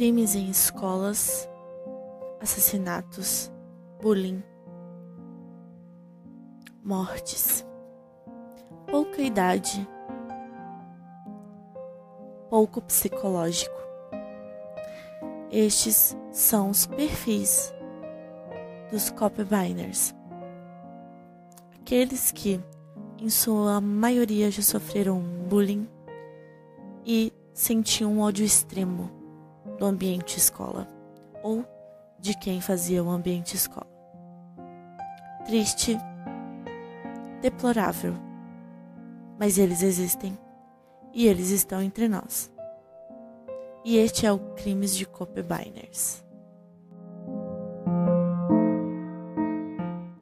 crimes em escolas, assassinatos, bullying, mortes, pouca idade, pouco psicológico. Estes são os perfis dos copybinders. Aqueles que, em sua maioria, já sofreram bullying e sentiam um ódio extremo do ambiente escola ou de quem fazia o ambiente escola. Triste, deplorável, mas eles existem e eles estão entre nós. E este é o Crimes de Copybinders.